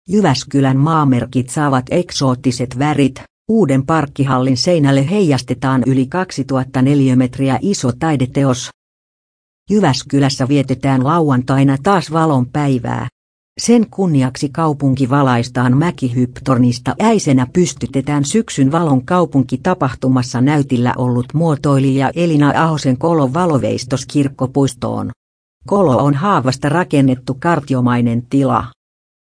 Jyväskylän maamerkit saavat eksoottiset värit. Uuden parkkihallin seinälle heijastetaan yli 2000 neliömetriä iso taideteos. Jyväskylässä vietetään lauantaina taas valon päivää. Sen kunniaksi kaupunki valaistaan Mäkihypptornista. Äisenä pystytetään syksyn valon kaupunkitapahtumassa näytillä ollut muotoilija Elina Ahosen Kolon valoveistos kirkkopuistoon. Kolo on haavasta rakennettu kartiomainen tila.